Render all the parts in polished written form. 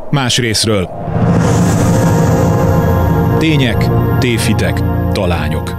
más részről. Tények, tévhitek, talányok.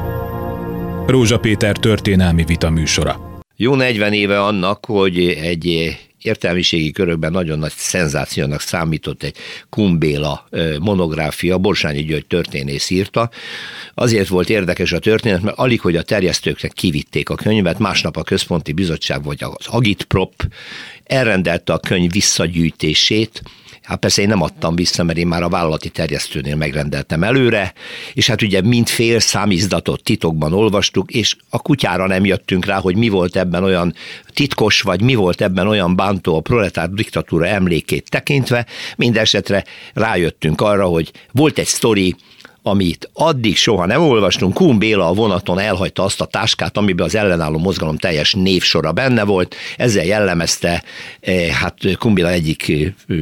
Rózsa Péter történelmi vita műsora. Jó 40 éve annak, hogy egy értelmiségi körökben nagyon nagy szenzációnak számított egy Kun Béla monográfia, Borsányi György történész írta. Azért volt érdekes a történet, mert alig, hogy a terjesztőknek kivitték a könyvet, másnap a Központi Bizottság vagy az Agitprop elrendelte a könyv visszagyűjtését. Hát persze én nem adtam vissza, mert én már a vállalati terjesztőnél megrendeltem előre, és hát ugye mindfél számizdatot titokban olvastuk, és a kutyára nem jöttünk rá, hogy mi volt ebben olyan titkos, vagy mi volt ebben olyan bántó a proletár diktatúra emlékét tekintve. Mindenesetre rájöttünk arra, hogy volt egy sztori, amit addig soha nem olvastunk. Kun Béla a vonaton elhagyta azt a táskát, amiben az ellenálló mozgalom teljes névsora benne volt. Ezzel jellemezte hát Kun Béla egyik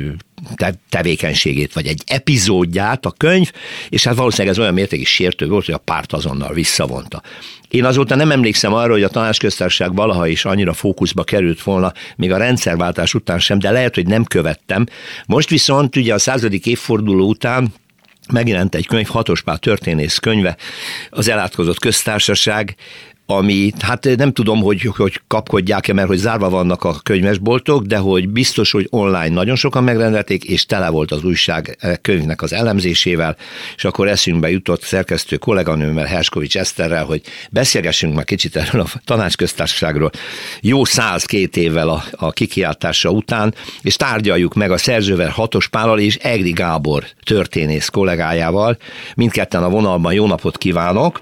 tevékenységét, vagy egy epizódját a könyv, és hát valószínűleg ez olyan mértékig sértő volt, hogy a párt azonnal visszavonta. Én azóta nem emlékszem arra, hogy a Tanácsköztársaság valaha is annyira fókuszba került volna, még a rendszerváltás után sem, de lehet, hogy nem követtem. Most viszont ugye a 100. évforduló után megjelent egy könyv, Hatos Pál történész könyve, az Elátkozott Köztársaság, ami, hát nem tudom, hogy kapkodják-e, mert hogy zárva vannak a könyvesboltok, de hogy biztos, hogy online nagyon sokan megrendelték, és tele volt az újság könyvnek az elemzésével, és akkor eszünkbe jutott szerkesztő kolléganőmmel, Herskovics Eszterrel, hogy beszélgessünk már kicsit erről a Tanácsköztársaságról jó 102 évvel a kikiáltása után, és tárgyaljuk meg a szerzővel, Hatos Pállal és Egri Gábor történész kollégájával. Mindketten a vonalban, jó napot kívánok!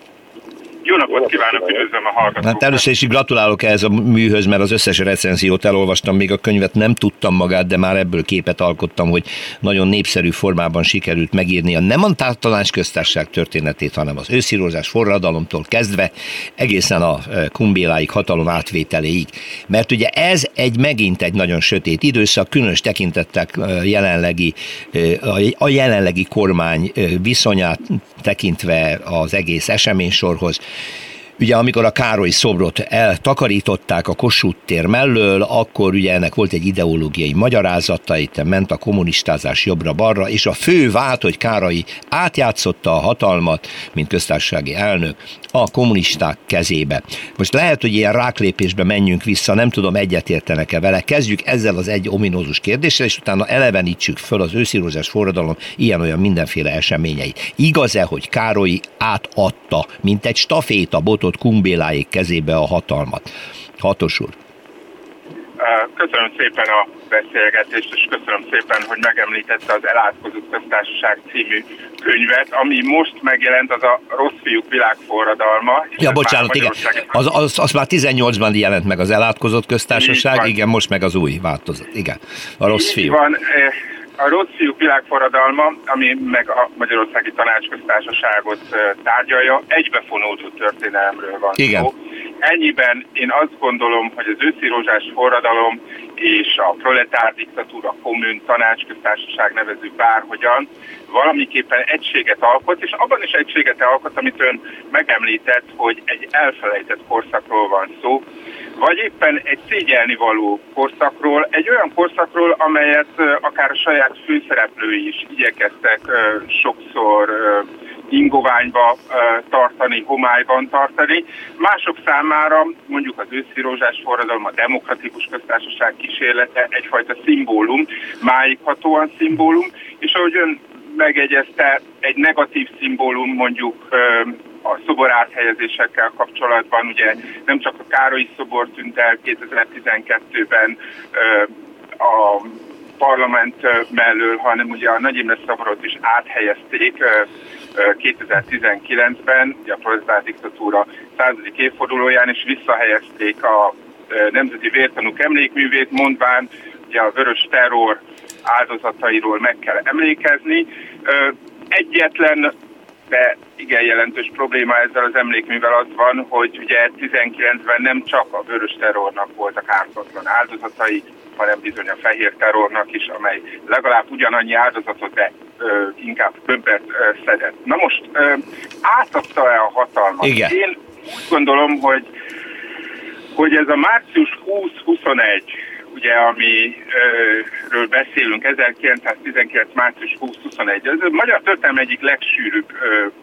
Jó napot kívánok, üdvözlöm a hallgatókat! Hát először is gratulálok ehhez a műhöz, mert az összes recenziót elolvastam, még a könyvet nem tudtam magát, de már ebből képet alkottam, hogy nagyon népszerű formában sikerült megírnia nem a Tanácsköztársaság történetét, hanem az őszírózás forradalomtól kezdve egészen a Kun Béláig, hatalom átvételéig. Mert ugye ez megint egy nagyon sötét időszak, különös tekintettel a jelenlegi kormány viszonyát tekintve az egész eseménysorhoz. Ugye amikor a Károlyi szobrot eltakarították a Kossuth tér mellől, akkor ugye ennek volt egy ideológiai magyarázata, itt ment a kommunistázás jobbra-balra, és a fő vált, hogy Károly átjátszotta a hatalmat, mint köztársasági elnök, a kommunisták kezébe. Most lehet, hogy ilyen ráklépésbe menjünk vissza, nem tudom, egyetértenek-e vele. Kezdjük ezzel az egy ominózus kérdéssel, és utána elevenítsük föl az őszírózás forradalom ilyen-olyan mindenféle eseményeit. Igaz-e, hogy Károly átadta, mint egy stafétabotot Kun Béláék kezébe a hatalmat? Hatos úr. Köszönöm szépen a beszélgetést, és köszönöm szépen, hogy megemlítette az Elátkozott Köztársaság című könyvet, ami most megjelent, az a Rossz fiúk világforradalma. Ja, bocsánat, igen. Az már 18-ban jelent meg az Elátkozott Köztársaság, igen, most meg az új változat, igen. A Rossz fiúk. Van, a Rossz fiúk világforradalma, ami meg a Magyarországi Tanácsköztársaságot tárgyalja, egybefonódó történelemről van szó. Ennyiben én azt gondolom, hogy az őszírózsás forradalom és a proletár diktatúra, kommun, tanácsköztársaság nevezzük bárhogyan, valamiképpen egységet alkot, és abban is egységet alkot, amit ön megemlített, hogy egy elfelejtett korszakról van szó, vagy éppen egy szégyelnivaló korszakról, egy olyan korszakról, amelyet akár a saját főszereplői is igyekeztek sokszor ingoványba tartani, homályban tartani. Mások számára mondjuk az őszírózsás forradalom, a demokratikus köztársaság kísérlete egyfajta szimbólum, máighatóan szimbólum, és ahogy ön megegyezte, egy negatív szimbólum mondjuk a szobor áthelyezésekkel kapcsolatban, ugye nem csak a Károlyi szobor tűnt el 2012-ben a parlament mellől, hanem ugye a Nagy Imre szobrot is áthelyezték 2019-ben, ugye a proletár diktatúra 100. évfordulóján, és visszahelyezték a Nemzeti Vértanúk emlékművét, mondván ugye a vörös terror áldozatairól meg kell emlékezni. Egyetlen, de igen jelentős probléma ezzel az emlékművel az van, hogy ugye 19-ben nem csak a vörös terrornak voltak ártatlan áldozatai, hanem bizony a fehér terrornak is, amely legalább ugyanannyi áldozatot, de inkább többet szedett. Na most átadta-e a hatalmat? Igen. Én úgy gondolom, hogy ez a március 20-21, ugye amiről beszélünk, 1919. március 20-21, ez a magyar történelem egyik legsűrűbb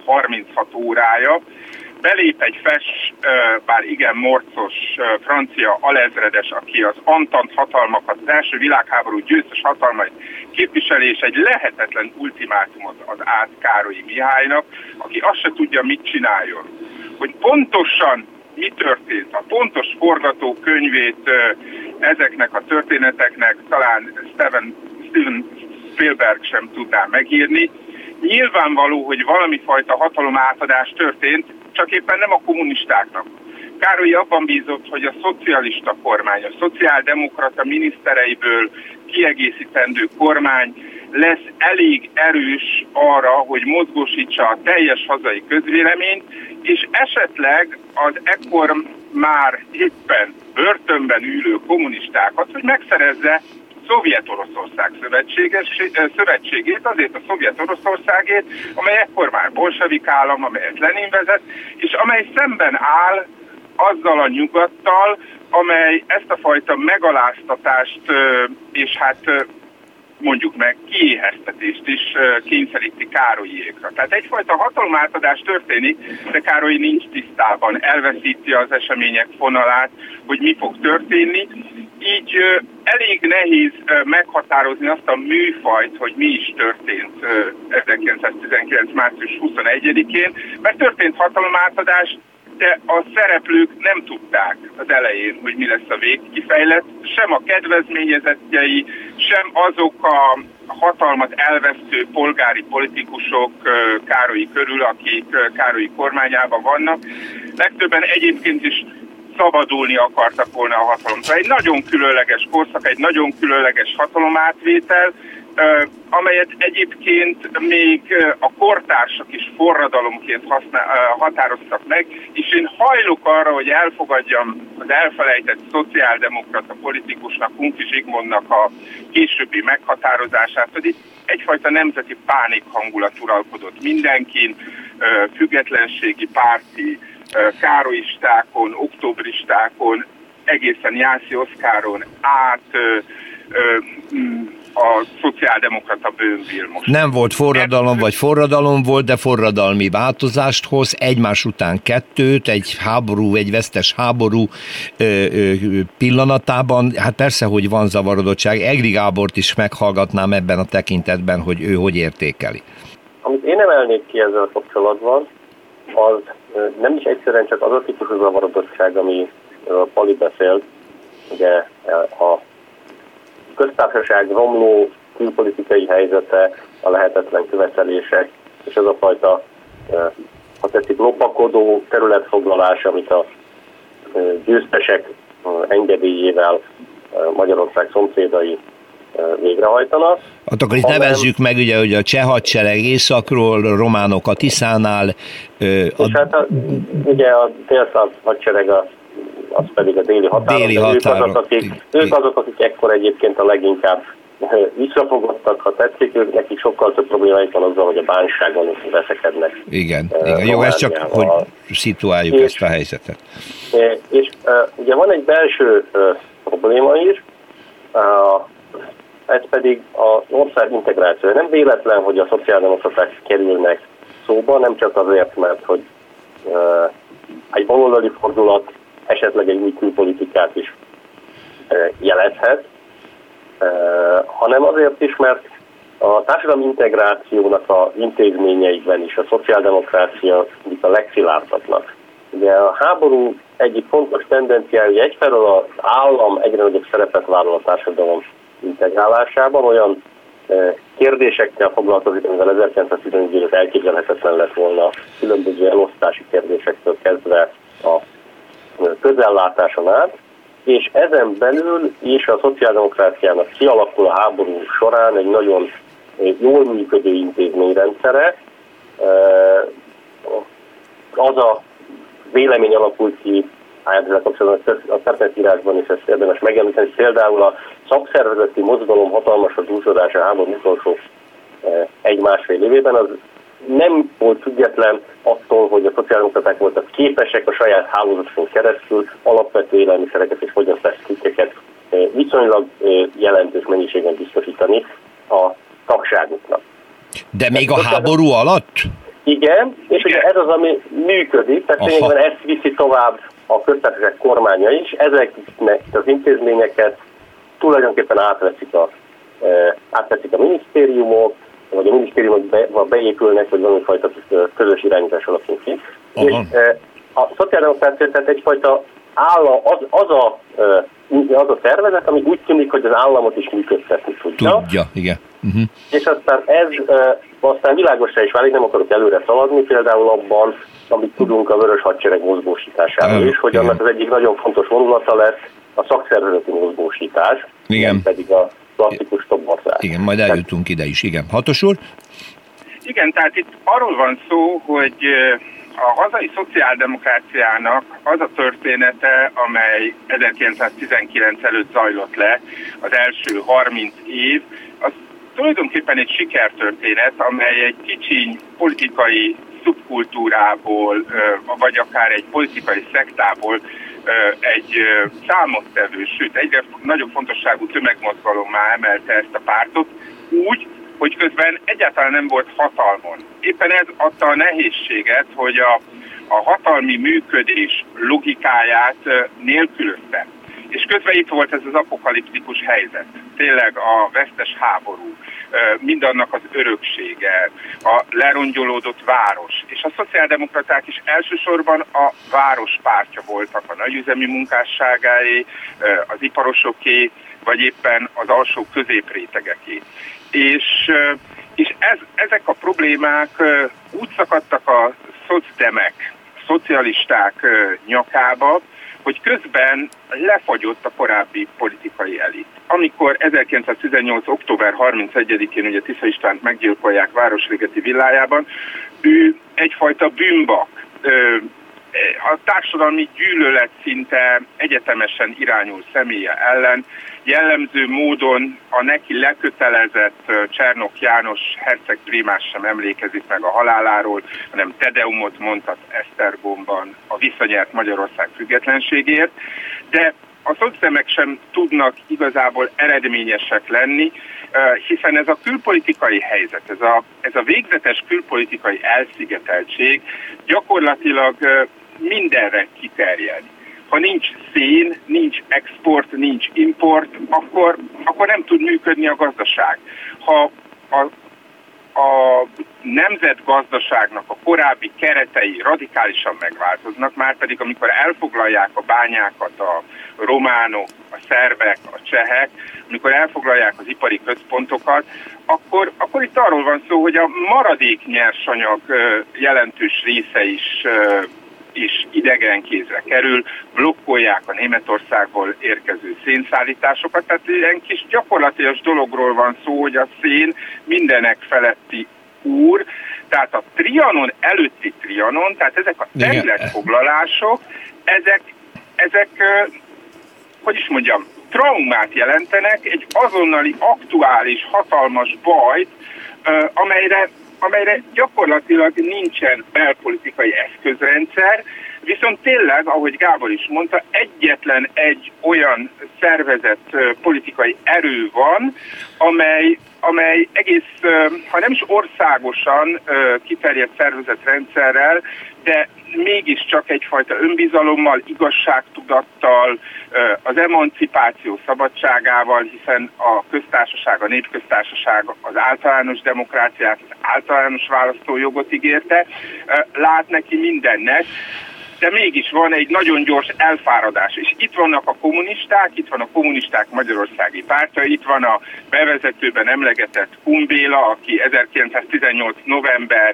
36 órája. Belép egy bár igen morcos francia alezredes, aki az Antant hatalmakat, az első világháború győztes hatalmait képviseli, és egy lehetetlen ultimátumot ad át Károlyi Mihálynak, aki azt se tudja, mit csináljon. Hogy pontosan mi történt, a pontos forgatókönyvét ezeknek a történeteknek talán Steven Spielberg sem tudná megírni. Nyilvánvaló, hogy valami fajta hatalomátadás történt, csak éppen nem a kommunistáknak. Károlyi abban bízott, hogy a szocialista kormány, a szociáldemokrata minisztereiből kiegészítendő kormány lesz elég erős arra, hogy mozgósítsa a teljes hazai közvéleményt, és esetleg az ekkor már éppen börtönben ülő kommunistákat, hogy megszerezze Szovjet-Oroszország szövetségét, azért a Szovjet-Oroszországét, amely ekkor már bolsevik állam, amelyet Lenin vezet, és amely szemben áll azzal a nyugattal, amely ezt a fajta megaláztatást és hát mondjuk meg kiéheztetést is kényszeríti Károlyiékra. Tehát egyfajta hatalomátadás történik, de Károly nincs tisztában, elveszíti az események fonalát, hogy mi fog történni. Így elég nehéz meghatározni azt a műfajt, hogy mi is történt 1919. március 21-én, mert történt hatalomátadás, de a szereplők nem tudták az elején, hogy mi lesz a végkifejlet, sem a kedvezményezettjei, sem azok a hatalmat elvesztő polgári politikusok Károlyi körül, akik Károlyi kormányában vannak. Legtöbben egyébként is szabadulni akartak volna a hatalomtól. Egy nagyon különleges korszak, egy nagyon különleges hatalomátvétel, amelyet egyébként még a kortársak is forradalomként határoztak meg, és én hajlok arra, hogy elfogadjam az elfelejtett szociáldemokrata politikusnak, Hunki Zsigmondnak a későbbi meghatározását, hogy itt egyfajta nemzeti pánik hangulat uralkodott mindenkin, függetlenségi párti, károlyistákon, októberistákon, egészen Jászi Oszkáron át a szociáldemokrata bőnvilmos. Nem volt forradalom, vagy forradalom volt, de forradalmi változást hoz, egymás után kettőt, egy háború, egy vesztes háború pillanatában. Hát persze, hogy van zavarodottság. Egri Gábort is meghallgatnám ebben a tekintetben, hogy ő hogy értékeli. Amit én emelnék ki ezzel kapcsolatban, az nem is egyszerűen csak az a típusú zavarodottság, ami Pali beszélt, ugye a köztársaság romló külpolitikai helyzete, a lehetetlen követelések, és az a fajta, ha tetszik, lopakodó területfoglalás, amit a győztesek engedélyével Magyarország szomszédai végrehajtanak. Hát akkor itt nevezzük meg, ugye, hogy a cseh hadsereg északról, románok a Tiszánál. És hát ugye a délszláv hadsereg az pedig a déli határok. Ők azok, akik ekkor egyébként a leginkább visszafogottak, ha tetszik, nekik sokkal több problémáik van azzal, hogy a bánságon veszekednek. Igen. Jó, ez csak, hogy szituáljuk ezt a helyzetet. És ugye van egy belső probléma is, ez pedig az ország integráció. Nem véletlen, hogy a szociáldemokraták kerülnek szóba, nem csak azért, mert hogy egy baloldali fordulat esetleg egy új külpolitikát is jelezhet, hanem azért is, mert a társadalmi integrációnak az intézményeiben is a szociáldemokrácia a legszilárdabbnak. Ugye a háború egyik fontos tendenciája, hogy egyfelől az állam egyre nagyobb szerepet vállal a társadalom integrálásában, olyan kérdésekkel foglalkozik, amivel 1914-ben elképzelhetetlen lett volna, különböző elosztási kérdésektől kezdve a közellátáson át, és ezen belül is a szociáldemokráciának kialakul a háború során egy nagyon jól működő intézményrendszere. Az a vélemény alakult ki, ezzel kapcsolatban a történetírásban is ezt érdemes megemlíteni, például a szakszervezeti mozgalom hatalmas a dúsodása a háború utolsó egy-másfél évében, az nem volt független attól, hogy a szociáldemokraták voltak képesek a saját hálózaton keresztül alapvető élelmiszereket és fogyasztási cikkeket viszonylag jelentős mennyiségen biztosítani a tagságuknak. De még a háború alatt? Igen, és ugye ez az, ami működik, tehát tényleg ezt viszi tovább a köztársaság kormánya is, ezeknek az intézményeket tulajdonképpen átveszik a minisztériumok, vagy a minisztériumok beépülnek, vagy valamifajta közös irányítás alakul ki. És a szociáldemokrácia tehát egyfajta állam, az a szervezet, ami úgy tűnik, hogy az államot is működtetni tudja. Igen. És aztán aztán világossá is válik, nem akarok előre szaladni, például abban, amit tudunk a Vörös Hadsereg mozgósításáról is, hogy annak az egyik nagyon fontos vonulata lesz a szakszervezeti mozgósítás, nem pedig a klasszikus tobbarzás. Igen, majd eljutunk ide is, igen. Hatos úr? Igen, tehát itt arról van szó, hogy a hazai szociáldemokráciának az a története, amely 1919 előtt zajlott le, az első 30 év, az tulajdonképpen egy sikertörténet, amely egy kicsiny politikai szubkultúrából, vagy akár egy politikai szektából egy számottevő, sőt egyre nagyobb fontosságú tömegmozgalommá emelte ezt a pártot, úgy, hogy közben egyáltalán nem volt hatalmon. Éppen ez adta a nehézséget, hogy a hatalmi működés logikáját nélkülözte. És közben itt volt ez az apokaliptikus helyzet. Tényleg a vesztes háború, mindannak az öröksége, a lerongyolódott város. És a szociáldemokraták is elsősorban a város pártja voltak, a nagyüzemi munkásságáé, az iparosoké, vagy éppen az alsó középrétegeké. És ezek a problémák úgy szakadtak a szocdemek, szocialisták nyakába, hogy közben lefagyott a korábbi politikai elit. Amikor 1918. október 31-én ugye Tisza Istvánt meggyilkolják Városligeti villájában, ő egyfajta bűnbak, a társadalmi gyűlölet szinte egyetemesen irányul személye ellen, jellemző módon a neki lekötelezett Csernok János herceg primás sem emlékezik meg a haláláról, hanem Tedeumot mondhat Esztergomban a visszanyert Magyarország függetlenségért, de a szocdemek sem tudnak igazából eredményesek lenni, hiszen ez a külpolitikai helyzet, ez a végzetes külpolitikai elszigeteltség gyakorlatilag mindenre kiterjed. Ha nincs szén, nincs export, nincs import, akkor nem tud működni a gazdaság. Ha a nemzetgazdaságnak a korábbi keretei radikálisan megváltoznak, márpedig amikor elfoglalják a bányákat a románok, a szerbek, a csehek, amikor elfoglalják az ipari központokat, akkor itt arról van szó, hogy a maradék nyersanyag jelentős része is idegen kézre kerül, blokkolják a Németországból érkező szénszállításokat, tehát ilyen kis gyakorlatilag dologról van szó, hogy a szén mindenek feletti úr, tehát a Trianon előtti Trianon, tehát ezek a területfoglalások, ezek hogy is mondjam, traumát jelentenek, egy azonnali, aktuális, hatalmas bajt, amelyre gyakorlatilag nincsen belpolitikai eszközrendszer, viszont tényleg, ahogy Gábor is mondta, egyetlen egy olyan szervezett politikai erő van, amely egész, ha nem is országosan kiterjedt szervezetrendszerrel, de mégiscsak egyfajta önbizalommal, igazságtudattal, az emancipáció szabadságával, hiszen a köztársaság, a népköztársaság az általános demokráciát, az általános választójogot ígérte, lát neki mindennek, de mégis van egy nagyon gyors elfáradás, és itt vannak a kommunisták, itt van a kommunisták magyarországi pártja, itt van a bevezetőben emlegetett Kumbéla, aki 1918. november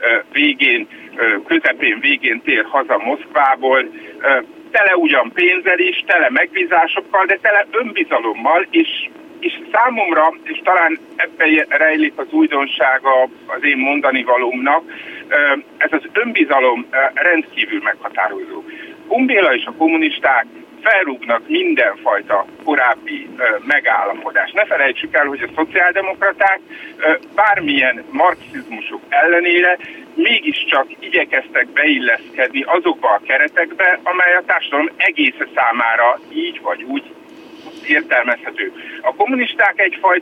közepén végén tér haza Moszkvából, tele ugyan pénzzel is, tele megbízásokkal, de tele önbizalommal, és számomra, és talán ebben rejlik az újdonsága az én mondani valómnak, ez az önbizalom rendkívül meghatározó. Kumbéla és a kommunisták felrúgnak mindenfajta korábbi megállapodást. Ne felejtsük el, hogy a szociáldemokraták bármilyen marxizmusok ellenére mégiscsak igyekeztek beilleszkedni azokba a keretekbe, amely a társadalom egész számára így vagy úgy értelmezhető. A kommunisták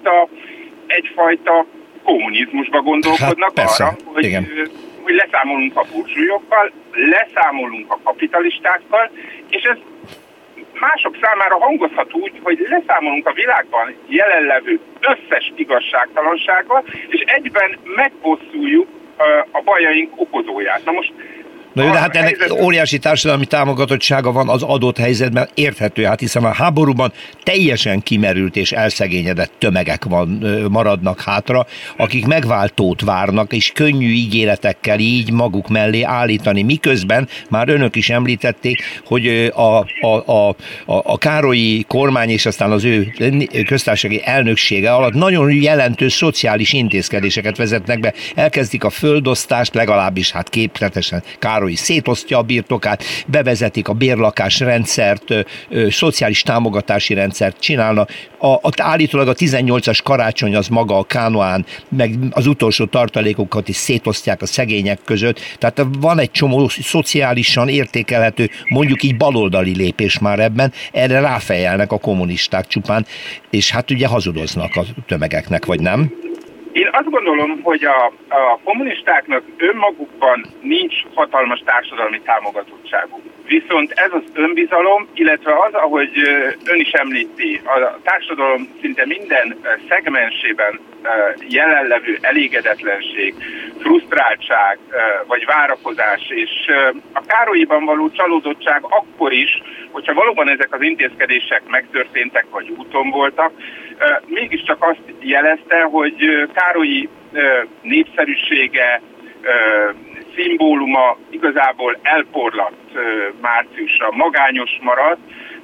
egyfajta kommunizmusba gondolkodnak, hát arra, hogy leszámolunk a burzsúlyokkal, leszámolunk a kapitalistákkal, és ez mások számára hangozhat úgy, hogy leszámolunk a világban jelenlevő összes igazságtalansággal, és egyben megbosszuljuk a bajaink okozóját. Na most Na jó, de hát ennek óriási társadalmi támogatottsága van az adott helyzetben, érthető, hát hiszen a háborúban teljesen kimerült és elszegényedett tömegek maradnak hátra, akik megváltót várnak, és könnyű ígéretekkel így maguk mellé állítani, miközben már önök is említették, hogy a Károlyi kormány és aztán az ő köztársasági elnöksége alatt nagyon jelentős szociális intézkedéseket vezetnek be. Elkezdik a földosztást, legalábbis hát képletesen Károly szétosztja a birtokát, bevezetik a bérlakásrendszert, szociális támogatási rendszert csinálnak. Állítólag a 18-as karácsony az maga a Kánoán, meg az utolsó tartalékokat is szétosztják a szegények között. Tehát van egy csomó szociálisan értékelhető, mondjuk így baloldali lépés már ebben, erre ráfejelnek a kommunisták csupán, és hát ugye hazudoznak a tömegeknek, vagy nem? Én azt gondolom, hogy a kommunistáknak önmagukban nincs hatalmas társadalmi támogatottságuk. Viszont ez az önbizalom, illetve az, ahogy ön is említi, a társadalom szinte minden szegmensében jelenlevő elégedetlenség, frusztráltság vagy várakozás, és a Károlyiban való csalódottság akkor is, hogyha valóban ezek az intézkedések megtörténtek vagy úton voltak, mégiscsak azt jelezte, hogy Károlyi népszerűsége, szimbóluma igazából elporlatt márciusra, magányos maradt.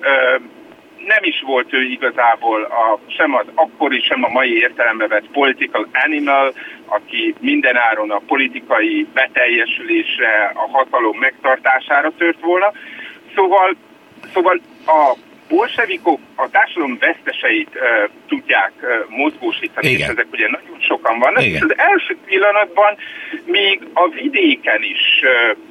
Nem is volt ő igazából sem az akkori, sem a mai értelembe vett political animal, aki mindenáron a politikai beteljesülésre, a hatalom megtartására tört volna. Szóval a bolsevikok a társadalom veszteseit tudják mozgósítani, és ezek ugye nagyon sokan vannak. És az első pillanatban még a vidéken is,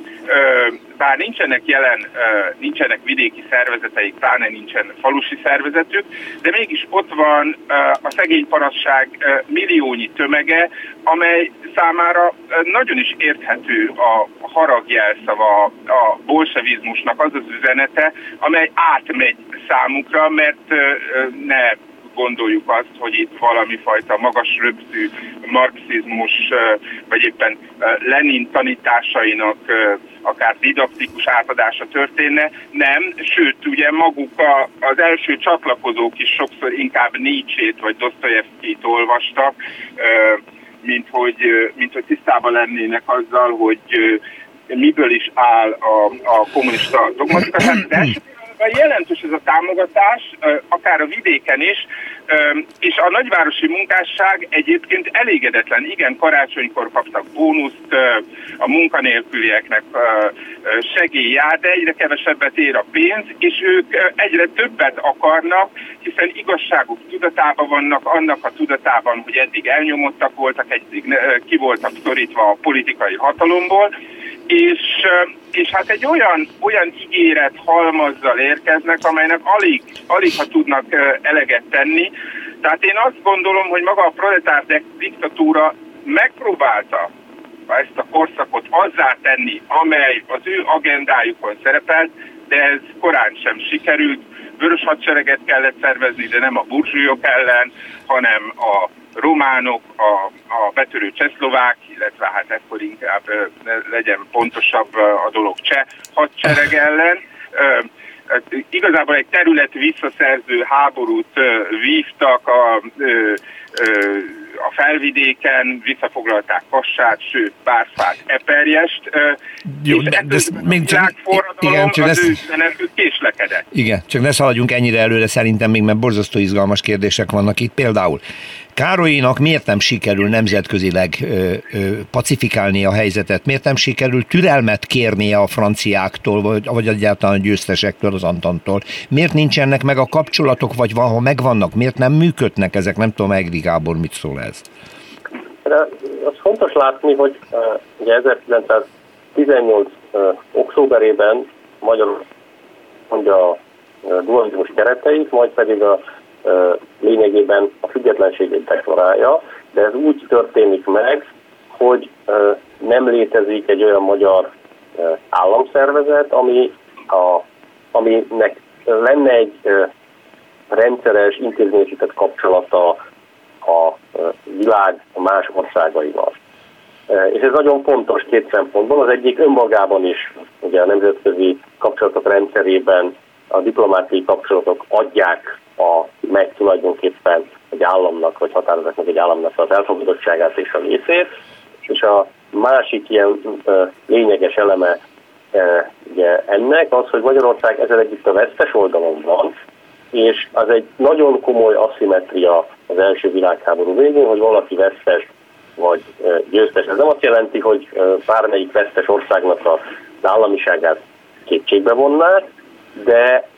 bár nincsenek vidéki szervezeteik, pláne nincsen falusi szervezetük, de mégis ott van a szegény parasság milliónyi tömege, amely számára nagyon is érthető a haragjelszava, a bolsevizmusnak az az üzenete, amely átmegy számukra, mert ne gondoljuk azt, hogy itt valami fajta magas röptű marxizmus, vagy éppen Lenin tanításainak akár didaktikus átadása történne. Nem, sőt, ugye maguk az első csatlakozók is sokszor inkább Nietzsét vagy Dosztojevszkijt olvastak, mint hogy tisztában lennének azzal, hogy miből is áll a kommunista dogmatika. Jelentős ez a támogatás, akár a vidéken is, és a nagyvárosi munkásság egyébként elégedetlen. Igen, karácsonykor kaptak bónuszt, a munkanélkülieknek segély jár, de egyre kevesebbet ér a pénz, és ők egyre többet akarnak, hiszen igazságuk tudatában vannak, annak a tudatában, hogy eddig elnyomottak voltak, eddig ki voltak szorítva a politikai hatalomból, és hát egy olyan ígéret halmazzal érkeznek, amelynek alig ha tudnak eleget tenni. Tehát én azt gondolom, hogy maga a proletár diktatúra megpróbálta ezt a korszakot azzá tenni, amely az ő agendájukon szerepelt, de ez korán sem sikerült. Vörös hadsereget kellett szervezni, de nem a burzsúlyok ellen, hanem a románok, a betörő csehszlovák, illetve hát ekkor inkább legyen pontosabb a dolog cseh hadsereg ellen. Igazából egy terület visszaszerző háborút vívtak a felvidéken, visszafoglalták Kassát, sőt Bárfát, Eperjest, jó, és de még csak, világforradalom az ő üzenetük késlekedett. Igen, csak ne szaladjunk ennyire előre szerintem még, mert borzasztó izgalmas kérdések vannak itt. Például Károlyinak miért nem sikerül nemzetközileg pacifikálni a helyzetet? Miért nem sikerül türelmet kérnie a franciáktól, vagy egyáltalán a győztesektől, az Antanttól? Miért nincsenek meg a kapcsolatok, vagy ha megvannak, miért nem működnek ezek? Nem tudom, Egri Gábor mit szól ez? De az fontos látni, hogy ugye 1918. Októberében Magyarország mondja a dualizmus kereteit, majd pedig a lényegében a függetlenségét deklarálja, de ez úgy történik meg, hogy nem létezik egy olyan magyar államszervezet, aminek lenne egy rendszeres, intézményesített kapcsolata a világ más országaival. És ez nagyon fontos két szempontból. Az egyik önmagában is, ugye a nemzetközi kapcsolatok rendszerében a diplomáciai kapcsolatok adják meg tulajdonképpen egy államnak, vagy határozzák meg egy államnak az elfogadottságát és a részét. És a másik ilyen lényeges eleme ugye ennek az, hogy Magyarország ezzel együtt a vesztes oldalon van, és az egy nagyon komoly aszimmetria az első világháború végén, hogy valaki vesztes vagy győztes. Ez nem azt jelenti, hogy bármelyik vesztes országnak az államiságát kétségbe vonnák, de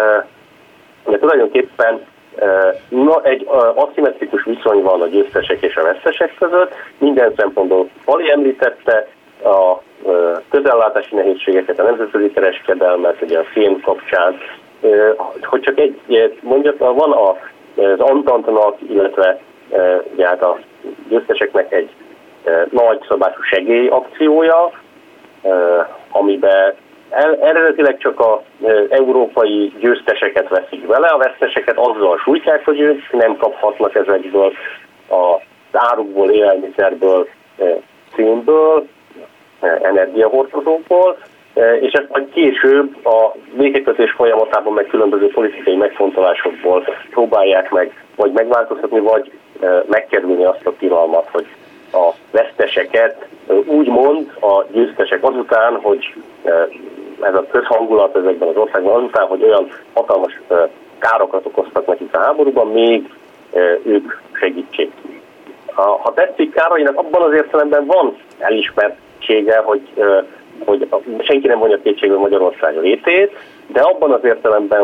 tulajdonképpen egy aszimmetrikus viszony van a győztesek és a vesztesek között. Minden szempontból Pali említette a közellátási nehézségeket, a nemzetközi kereskedelmet, ugye a film kapcsán. Hogy csak mondjak, van az Antantnak, illetve ugye hát a győzteseknek egy nagy szabású segélyakciója, amiben eredetileg csak az európai győzteseket veszik vele, a veszteseket azzal sújtják, hogy ők nem kaphatnak ezekből az árukból, élelmiszerből, szénből, energiahordozókból, és ezt majd később a békekötés folyamatában meg különböző politikai megfontolásokból próbálják meg vagy megváltoztatni, vagy megkerülni azt a tilalmat, hogy a veszteseket úgymond a győztesek azután, hogy ez a közhangulat ezekben az országban azután, hogy olyan hatalmas károkat okoztak nekik a háborúban, még ők segítsék. Ha tetszik, Károlynak abban az értelemben van elismertsége, hogy senki nem vonja kétségbe Magyarország létét, de abban az értelemben,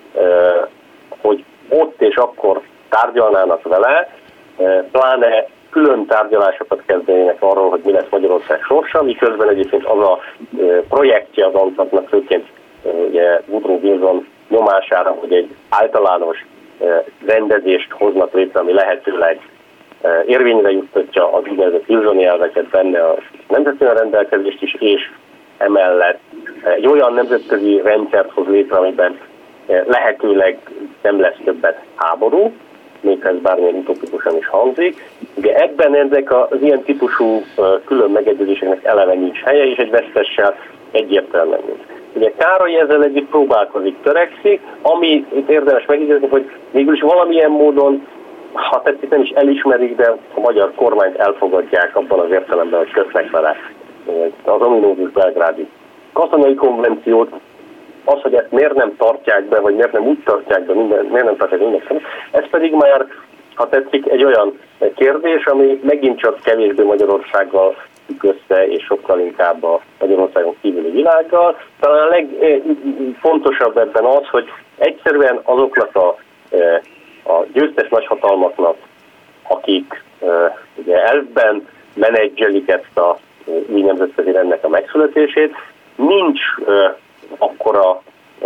hogy ott és akkor tárgyalnának vele, pláne külön tárgyalásokat kezdenének arról, hogy mi lesz Magyarország sorsa, miközben egyébként az a projektje az Antantnak, főként Woodrow Wilson nyomására, hogy egy általános rendezést hoznak létre, ami lehetőleg érvényre juttatja az úgynevezett Wilsoni elveket, benne a nemzetközi rendelkezést is, és emellett egy olyan nemzetközi rendszert hoz létre, amiben lehetőleg nem lesz többet háború, még ez bármilyen utopikusan is hangzik. Ugye ebben ezek az ilyen típusú külön megegyezéseknek eleve nincs helye, és egy vesztessel egyértelműen nincs. Ugye Károly ezzel együtt próbálkozik, törekszik, ami itt érdemes megjegyezni, hogy végül is valamilyen módon, ha tetszik, nem is elismerik, de a magyar kormányt elfogadják abban az értelemben, hogy kötnek vele az ominózus belgrádi katonai konvenciót. Az, hogy ezt miért nem tartják be, vagy miért nem úgy tartják be, miért nem tartják mindenki, ez pedig már, ha tetszik, egy olyan kérdés, ami megint csak kevésbé Magyarországgal függ össze, és sokkal inkább a Magyarországon kívüli világgal. Talán a legfontosabb ebben az, hogy egyszerűen azoknak a győztes nagyhatalmaknak, akik ugye elvben menedzselik ezt a új nemzetközi rendnek a megszületését, nincs akkora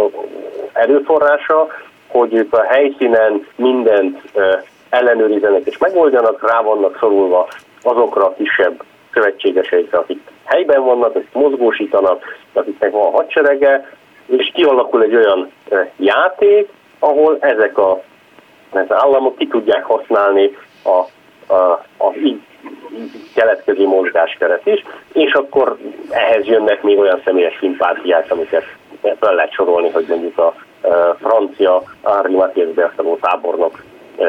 erőforrása, hogy ők a helyszínen mindent ellenőrizenek és megoldjanak, rá vannak szorulva azokra a kisebb szövetségeseikre, akik helyben vannak, akik mozgósítanak, akiknek van hadserege, és kialakul egy olyan játék, ahol ezek az államok ki tudják használni a így keletkező mozgáskeret is, és akkor ehhez jönnek még olyan személyes szimpátiák, amiket fel lehet sorolni, hogy mondjuk a francia Henri Mathieu Berthelot tábornok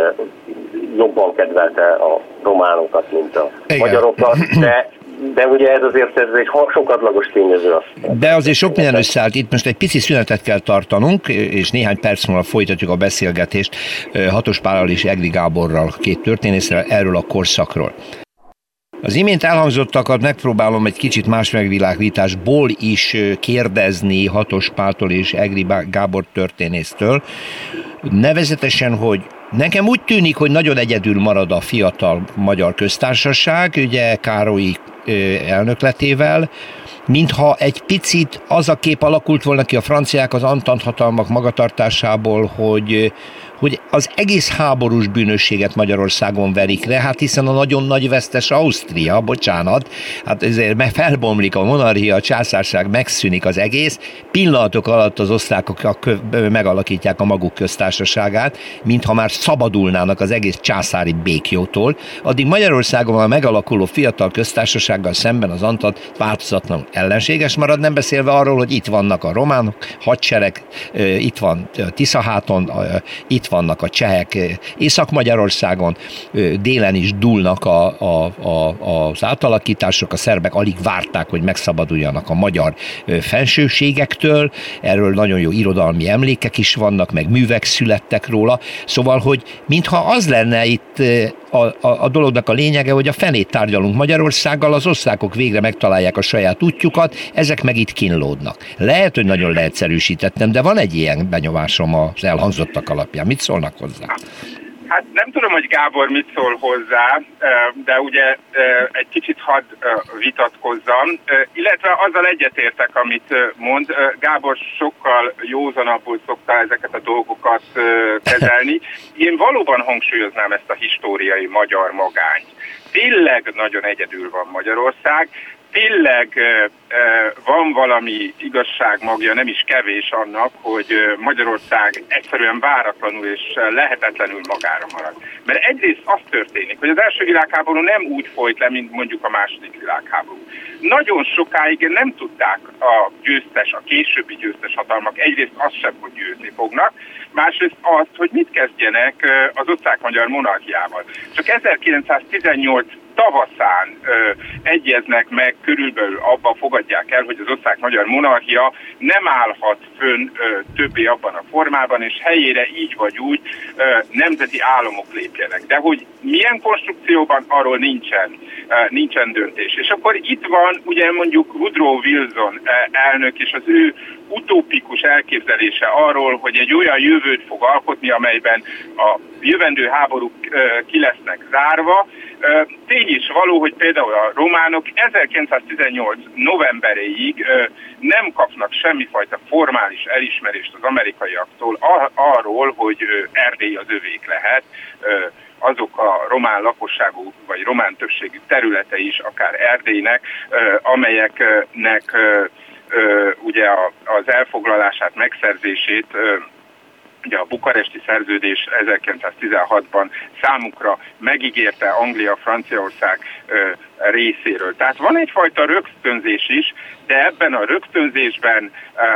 jobban kedvelte a románokat, mint a magyarokat, de ugye ez azért ez egy sokadlagos tényező. De azért sok minden összeállt. Itt most egy pici szünetet kell tartanunk, és néhány perc múlva folytatjuk a beszélgetést Hatos Pállal és Egri Gáborral, két történésszel, erről a korszakról. Az imént elhangzottakat megpróbálom egy kicsit más megvilágításból is kérdezni Hatos Páltól és Egri Gábor történésztől. Nevezetesen, hogy nekem úgy tűnik, hogy nagyon egyedül marad a fiatal magyar köztársaság, ugye Károly elnökletével, mintha egy picit az a kép alakult volna ki a franciák az Antant hatalmak magatartásából, hogy az egész háborús bűnösséget Magyarországon verik le, hát hiszen a nagyon nagy vesztes Ausztria, bocsánat, hát ezért felbomlik a monarchia, a császárság, megszűnik az egész, pillanatok alatt az osztrákok megalakítják a maguk köztársaságát, mintha már szabadulnának az egész császári békjótól, addig Magyarországon a megalakuló fiatal köztársasággal szemben az Antant változatlanul ellenséges marad, nem beszélve arról, hogy itt vannak a románok, hadsereg, itt van Tiszaháton, itt vannak a csehek Észak-Magyarországon, délen is dúlnak az átalakítások, a szerbek alig várták, hogy megszabaduljanak a magyar fensőségektől, erről nagyon jó irodalmi emlékek is vannak, meg művek születtek róla, szóval, hogy mintha az lenne itt a dolognak a lényege, hogy a fenét tárgyalunk Magyarországgal, az osztrákok végre megtalálják a saját útjukat, ezek meg itt kínlódnak. Lehet, hogy nagyon leegyszerűsítettem, de van egy ilyen benyomásom az elhangzottak alapján. Mit szólnak hozzá? Hát nem tudom, hogy Gábor mit szól hozzá, de ugye egy kicsit hadd vitatkozzam, illetve azzal egyetértek, amit mond. Gábor sokkal józanabbul szokta ezeket a dolgokat kezelni. Én valóban hangsúlyoznám ezt a históriai magyar magányt. Tényleg nagyon egyedül van Magyarország, tényleg van valami igazságmagja, nem is kevés annak, hogy Magyarország egyszerűen váratlanul és lehetetlenül magára marad. Mert egyrészt az történik, hogy az első világháború nem úgy folyt le, mint mondjuk a második világháború. Nagyon sokáig nem tudták a későbbi győztes hatalmak egyrészt azt sem, hogy győzni fognak, másrészt azt, hogy mit kezdjenek az osztrák-magyar monarchiával. Csak 1918 tavaszán egyeznek meg, körülbelül abban fogadják el, hogy az osztrák-magyar monarchia nem állhat fönn többé abban a formában, és helyére így vagy úgy nemzeti államok lépjenek. De hogy milyen konstrukcióban, arról nincsen döntés. És akkor itt van ugye mondjuk Woodrow Wilson elnök és az ő utópikus elképzelése arról, hogy egy olyan jövőt fog alkotni, amelyben a jövendő háborúk ki lesznek zárva. Tény is való, hogy például a románok 1918 novemberéig nem kapnak semmifajta formális elismerést az amerikaiaktól arról, hogy Erdély az övék lehet, azok a román lakosságú vagy román többségű területe is, akár Erdélynek, amelyeknek ugye az elfoglalását, megszerzését, ugye a bukaresti szerződés 1916-ban számukra megígérte Anglia, Franciaország részéről. Tehát van egyfajta rögtönzés is, de ebben a rögtönzésben,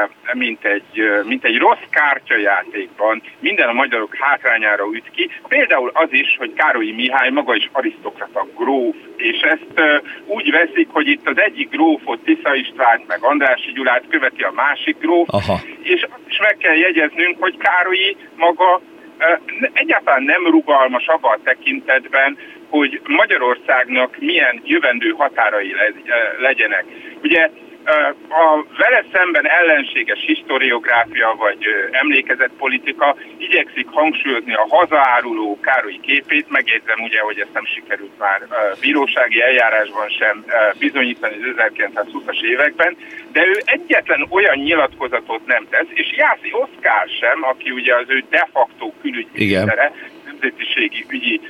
mint egy rossz kártyajátékban minden a magyarok hátrányára üt ki. Például az is, hogy Károlyi Mihály maga is arisztokrata gróf, és ezt úgy veszik, hogy itt az egyik grófot, Tisza Istvánt, meg Andrássy Gyulát követi a másik gróf, és azt is meg kell jegyeznünk, hogy Károlyi maga egyáltalán nem rugalmas abban a tekintetben, hogy Magyarországnak milyen jövendő határai legyenek. Ugye a vele szemben ellenséges historiográfia vagy emlékezetpolitika igyekszik hangsúlyozni a hazaáruló Károly képét, megjegyzem ugye, hogy ezt nem sikerült már bírósági eljárásban sem bizonyítani az 1920-as években, de ő egyetlen olyan nyilatkozatot nem tesz, és Jászi Oszkár sem, aki ugye az ő de facto külügyminisztere, nemzetiségi ügyi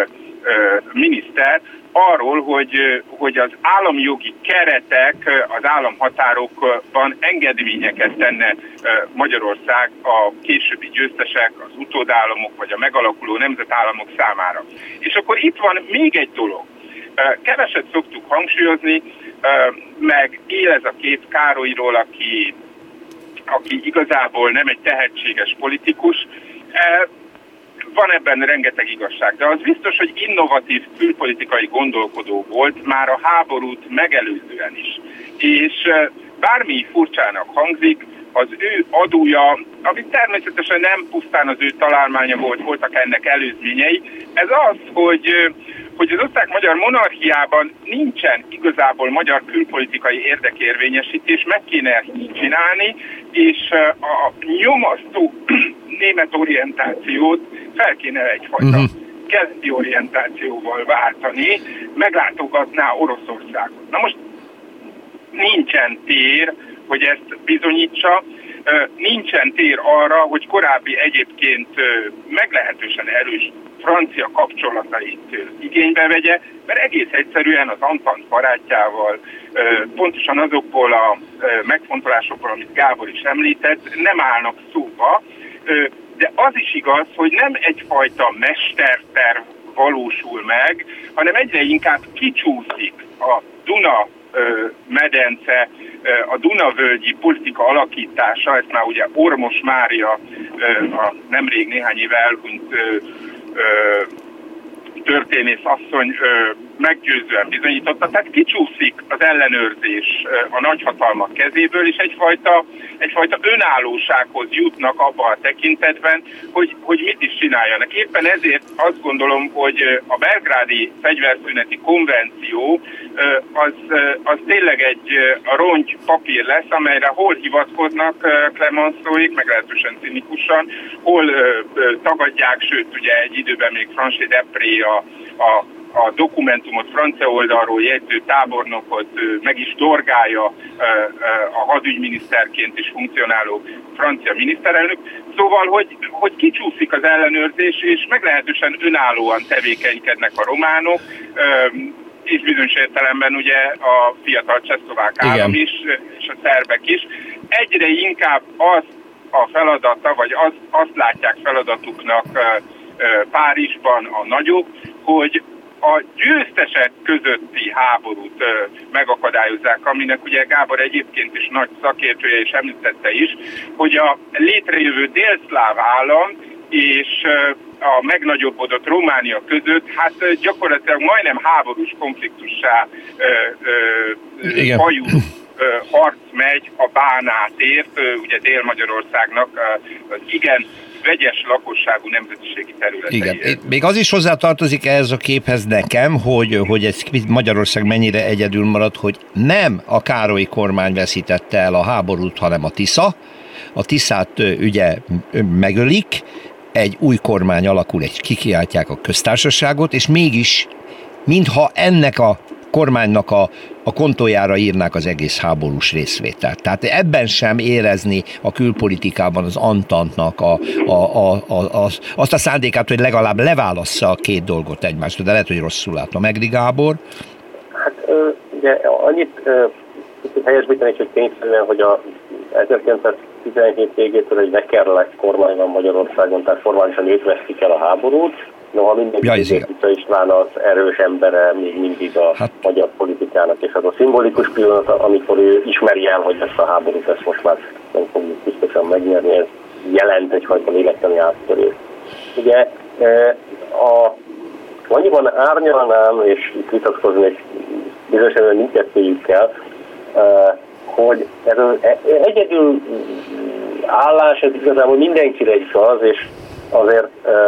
miniszter, arról, hogy az államjogi keretek az államhatárokban engedményeket tenne Magyarország a későbbi győztesek, az utódállamok vagy a megalakuló nemzetállamok számára. És akkor itt van még egy dolog. Keveset szoktuk hangsúlyozni, meg él ez a kép Károlyról, aki igazából nem egy tehetséges politikus. Van ebben rengeteg igazság, de az biztos, hogy innovatív külpolitikai gondolkodó volt már a háborút megelőzően is. És bármi furcsának hangzik, az ő adója, ami természetesen nem pusztán az ő találmánya volt, voltak ennek előzményei, ez az, hogy az osztrák-magyar monarchiában nincsen igazából magyar külpolitikai érdekérvényesítés, meg kéne így csinálni, és a nyomasztó német orientációt fel kéne egyfajta keleti orientációval váltani, meglátogatná Oroszországot. Na most nincsen tér, hogy ezt bizonyítsa. nincsen tér arra, hogy korábbi egyébként meglehetősen erős francia kapcsolatait igénybe vegye, mert egész egyszerűen az Antant barátjával, pontosan azokból a megfontolásokból, amit Gábor is említett, nem állnak szóba, de az is igaz, hogy nem egyfajta mesterterv valósul meg, hanem egyre inkább kicsúszik a Duna medence, a Dunavölgyi politika alakítása, ezt már ugye Ormos Mária, a nemrég néhány éve elhunyt történész asszony meggyőzően bizonyította, tehát kicsúszik az ellenőrzés a nagyhatalmak kezéből, és egyfajta önállósághoz jutnak abban a tekintetben, hogy mit is csináljanak. Éppen ezért azt gondolom, hogy a belgrádi fegyverszüneti konvenció az tényleg egy rongy papír lesz, amelyre hol hivatkoznak Clemenceauék, meglehetősen cinikusan, hol tagadják, sőt ugye egy időben még Franché Depré a dokumentumot francia oldalról jegyző tábornokot meg is dorgálja a hadügyminiszterként is funkcionáló francia miniszterelnök. Szóval, hogy kicsúszik az ellenőrzés, és meglehetősen önállóan tevékenykednek a románok, és bizonyos értelemben ugye a fiatal csehszlovák állam is, és a szerbek is. Egyre inkább az a feladata, vagy azt látják feladatuknak Párizsban a nagyok, hogy a győztesek közötti háborút megakadályozzák, aminek ugye Gábor egyébként is nagy szakértője és említette is, hogy a létrejövő délszláv állam és a megnagyobbodott Románia között, hát gyakorlatilag majdnem háborús konfliktussá fajul harc megy a Bánátért, ugye Dél-Magyarországnak az igen vegyes lakosságú nemzetiségi területei. Igen. Még az is hozzátartozik ehhez a képhez nekem, hogy ez Magyarország mennyire egyedül maradt, hogy nem a Károlyi kormány veszítette el a háborút, hanem a Tisza. A Tiszát ugye megölik, egy új kormány alakul, kikiáltják a köztársaságot, és mégis, mintha ennek a kormánynak a kontójára írnák az egész háborús részvételt. Tehát ebben sem érezni a külpolitikában az Antantnak azt a szándékát, hogy legalább leválassza a két dolgot egymástól, de lehet, hogy rosszul látom. Egri Gábor? Hát ugye annyit helyesbítenék, hogy tényszerűen, hogy a 1917 végétől egy Wekerle kormány van Magyarországon, tehát formálisan ők vesztik el a háborút. Noha mindenki István az erős embere még mindig a magyar politikának, és az a szimbolikus pillanat, amikor ő ismeri el, hogy ezt a háborút ezt most már nem fogjuk biztosan megnyerni, ez jelent egyfajta lélektani áttörést. Ugye annyiban árnyalnám, és itt vitatkoznék bizonyos mindkettőjükkel, hogy ez az egyedül állás, ez igazából mindenkire igaz, és azért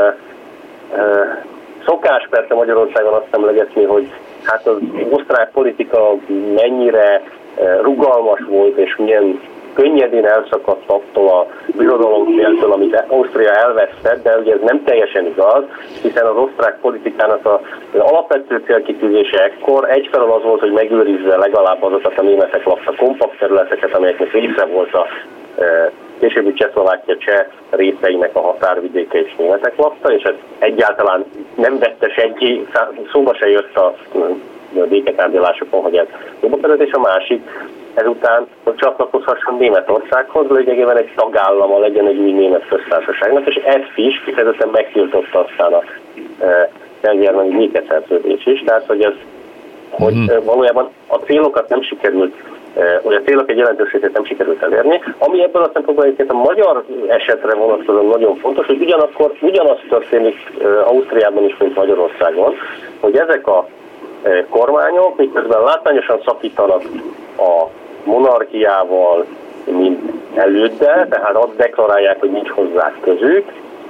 szokás persze Magyarországon azt emlegetni, hogy hát az osztrák politika mennyire rugalmas volt, és milyen könnyedén elszakadt attól a birodalomféltől, amit Ausztria elvesztett, de ugye ez nem teljesen igaz, hiszen az osztrák politikának az alapvető célkitűzése ekkor egyfelől az volt, hogy megőrizze legalább azokat a németek lakta kompakt területeket, amelyeknek része volt a későbbi Csehszlovákia cseh részeinek a határvidéke és németek lakta, és ez egyáltalán nem vette senki, szóba se jött a béketárgyalásokon, hogy ez szóba került, és a másik ezután, hogy csatlakozhasson Németországhoz, lényegében egy tagállama legyen egy új német köztársaságnak, és ezt is kifejezetten megtiltotta aztán a Szent-Germani békeszerződés is, tehát hogy ez hogy valójában a célokat nem sikerült, vagy a célok egy jelentős részét nem sikerült elérni, ami ebből a szempontból egyébként a magyar esetre vonatkozóan nagyon fontos, hogy ugyanaz történik Ausztriában is, mint Magyarországon, hogy ezek a kormányok miközben látványosan szakítanak a monarchiával, mint előtte, tehát azt deklarálják, hogy nincs hozzá közük,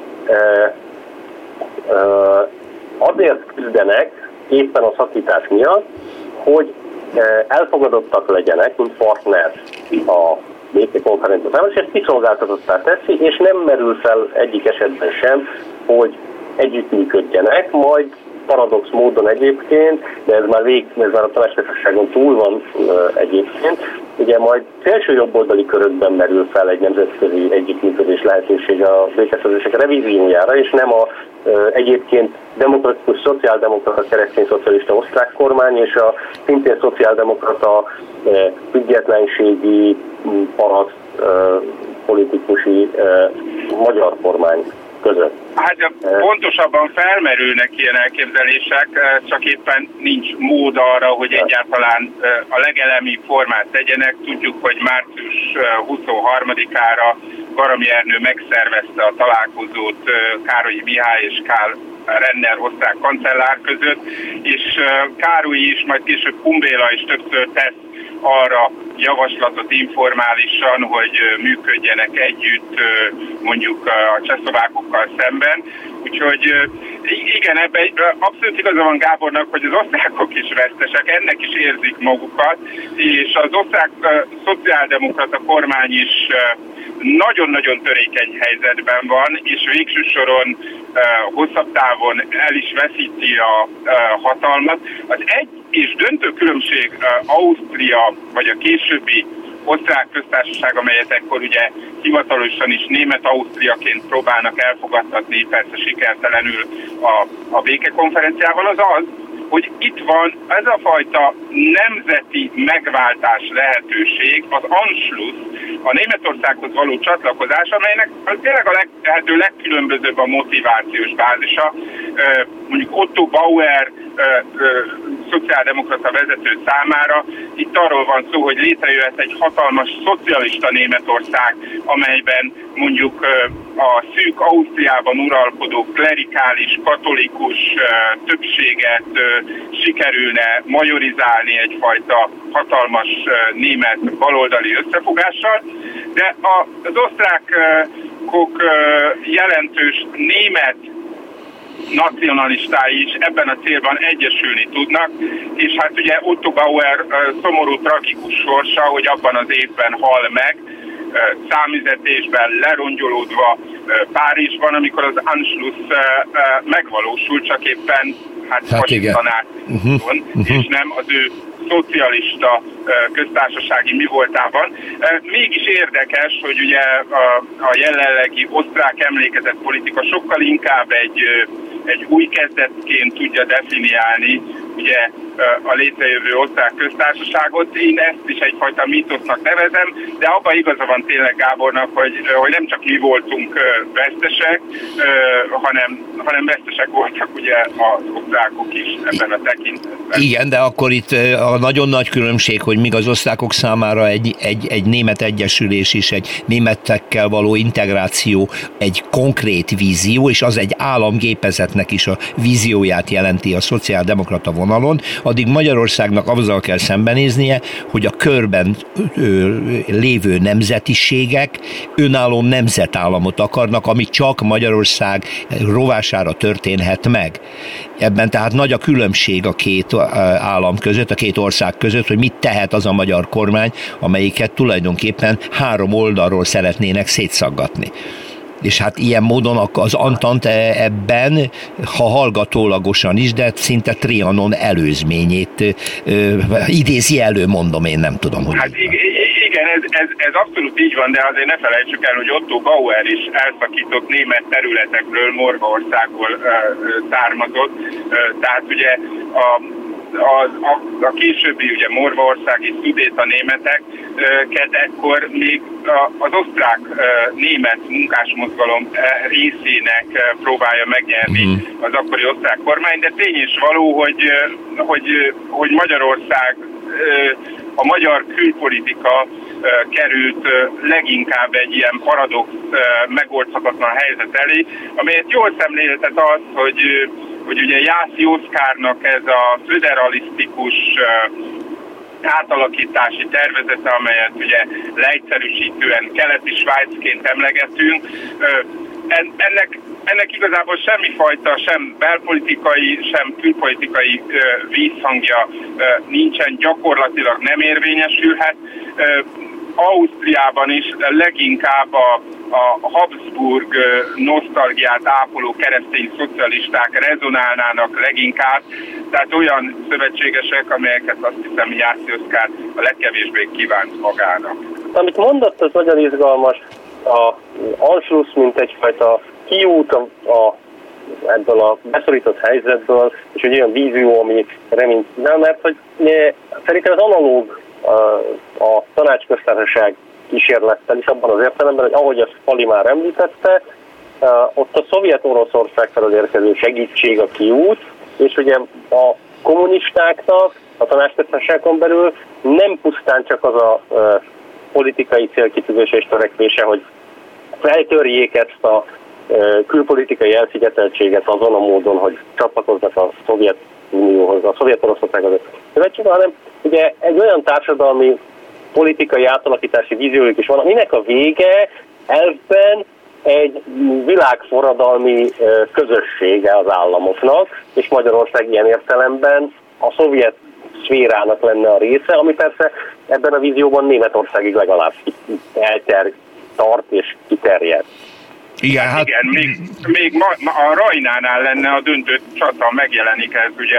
azért küzdenek éppen a szakítás miatt, hogy elfogadottak legyenek, mint partner a békekonferencia számára, és ezt kiszolgáltatottá teszi, és nem merül fel egyik esetben sem, hogy együttműködjenek, majd paradox módon egyébként, de ez már a tanácsköztársaságon túl van egyébként, ugye majd szélső jobboldali körökben merül fel egy nemzetközi együttműködés lehetősége a békeszerződések revíziójára, és nem a egyébként demokratikus, szociáldemokrata, keresztény-szocialista osztrák kormány és a szintén szociáldemokrata függetlenségi, paraszt, politikusi magyar kormány között. Hát pontosabban felmerülnek ilyen elképzelések, csak éppen nincs mód arra, hogy egyáltalán a legelemi formát tegyenek. Tudjuk, hogy március 23-ára Garami Ernő megszervezte a találkozót Károlyi Mihály és Karl Renner osztrák kancellár között, és Károlyi is, majd később Kumbéla is többször tesz arra javaslatot informálisan, hogy működjenek együtt mondjuk a csehszlovákokkal szemben. Úgyhogy igen, ebben abszolút igaza van Gábornak, hogy az osztrákok is vesztesek, ennek is érzik magukat, és az osztrák szociáldemokrata kormány is nagyon-nagyon törékeny helyzetben van, és végső soron hosszabb távon el is veszíti a hatalmat. Az egy és döntő különbség Ausztria, vagy a későbbi osztrák köztársaság, amelyet ekkor ugye hivatalosan is Német-Ausztriaként próbálnak elfogadtatni, persze sikertelenül a békekonferenciával, az az, hogy itt van ez a fajta nemzeti megváltás lehetőség, az Anschluss, a Németországhoz való csatlakozás, amelynek tényleg a lehető legkülönbözőbb a motivációs bázisa. Mondjuk Otto Bauer szociáldemokrata vezető számára itt arról van szó, hogy létrejöhet egy hatalmas szocialista Németország, amelyben mondjuk a szűk Ausztriában uralkodó klerikális, katolikus többséget sikerülne majorizálni egyfajta hatalmas német baloldali összefogással, de az osztrákok jelentős német nacionalistái is ebben a célban egyesülni tudnak, és hát ugye Otto Bauer szomorú, tragikus sorsa, hogy abban az évben hal meg, számüzetésben lerongyolódva Párizsban, amikor az Anschluss megvalósul, csak éppen fasisztanát, és nem az ő szocialista köztársasági mi voltában. Mégis érdekes, hogy ugye a jelenlegi osztrák emlékezett politika sokkal inkább egy új kezdetként tudja definiálni ugye a létrejövő osztrák köztársaságot. Én ezt is egyfajta mítosznak nevezem, de abban igaza van tényleg Gábornak, hogy nem csak mi voltunk vesztesek, hanem vesztesek voltak ugye az osztrákok is ebben a tekintetben. Igen, de akkor itt a nagyon nagy különbség, hogy míg az osztrákok számára egy német egyesülés és egy németekkel való integráció egy konkrét vízió, és az egy államgépezetnek is a vízióját jelenti a szociáldemokrata vonalon, addig Magyarországnak azzal kell szembenéznie, hogy a körben lévő nemzetiségek önálló nemzetállamot akarnak, ami csak Magyarország rovására történhet meg. Ebben tehát nagy a különbség a két állam között, a két ország között, hogy mit tehet az a magyar kormány, amelyiket tulajdonképpen három oldalról szeretnének szétszaggatni. És hát ilyen módon az Entente ebben, ha hallgatólagosan is, de szinte Trianon előzményét idézi elő, mondom, én nem tudom, hogy... Hát igen, ez abszolút így van, de azért ne felejtsük el, hogy Otto Bauer is elszakított német területekről, Morvaországból származott, tehát ugye a későbbi ugye Morvaországi szudéta németeket ekkor még az osztrák német munkásmozgalom részének próbálja megnyerni az akkori osztrák kormány, de tény és való, hogy Magyarország, a magyar külpolitika került leginkább egy ilyen paradox, megoldhatatlan helyzet elé, amelyet jól szemléltet az, hogy ugye Jászi Oszkárnak ez a föderalisztikus átalakítási tervezete, amelyet ugye leegyszerűsítően keleti Svájcként emlegetünk, ennek igazából semmifajta, sem belpolitikai, sem külpolitikai vízhangja nincsen, gyakorlatilag nem érvényesülhet. Ausztriában is leginkább a Habsburg nosztalgiát ápoló keresztény szocialisták rezonálnának leginkább, tehát olyan szövetségesek, amelyeket azt hiszem Jászai Oszkár a legkevésbé kívánt magának. Amit mondott, az nagyon izgalmas, a Anschluss, mint egyfajta kiút ebből a beszorított helyzetből, és egy olyan vízió, ami reményt kínál, mert hogy szerintem az analóg a tanácsköztársaság kísérlettel is abban az értelemben, hogy ahogy azt Pali már említette, ott a Szovjet-Oroszország felől érkező segítség a kiút, és ugye a kommunistáknak a tanácsköztársaságon belül nem pusztán csak az a politikai célkitűzése és törekvése, hogy feltörjék ezt a külpolitikai elszigeteltséget azon a módon, hogy csatlakoznak a Szovjetunióhoz, a Szovjet-Oroszországhoz szövetségben, hanem ugye egy olyan társadalmi politikai átalakítási víziójuk is van, aminek a vége elvben egy világforradalmi közössége az államoknak, és Magyarország ilyen értelemben a szovjet szférának lenne a része, ami persze ebben a vízióban Németországig legalább tart és kiterjed. Igen, még a Rajnánál lenne a döntő csata, megjelenik ez ugye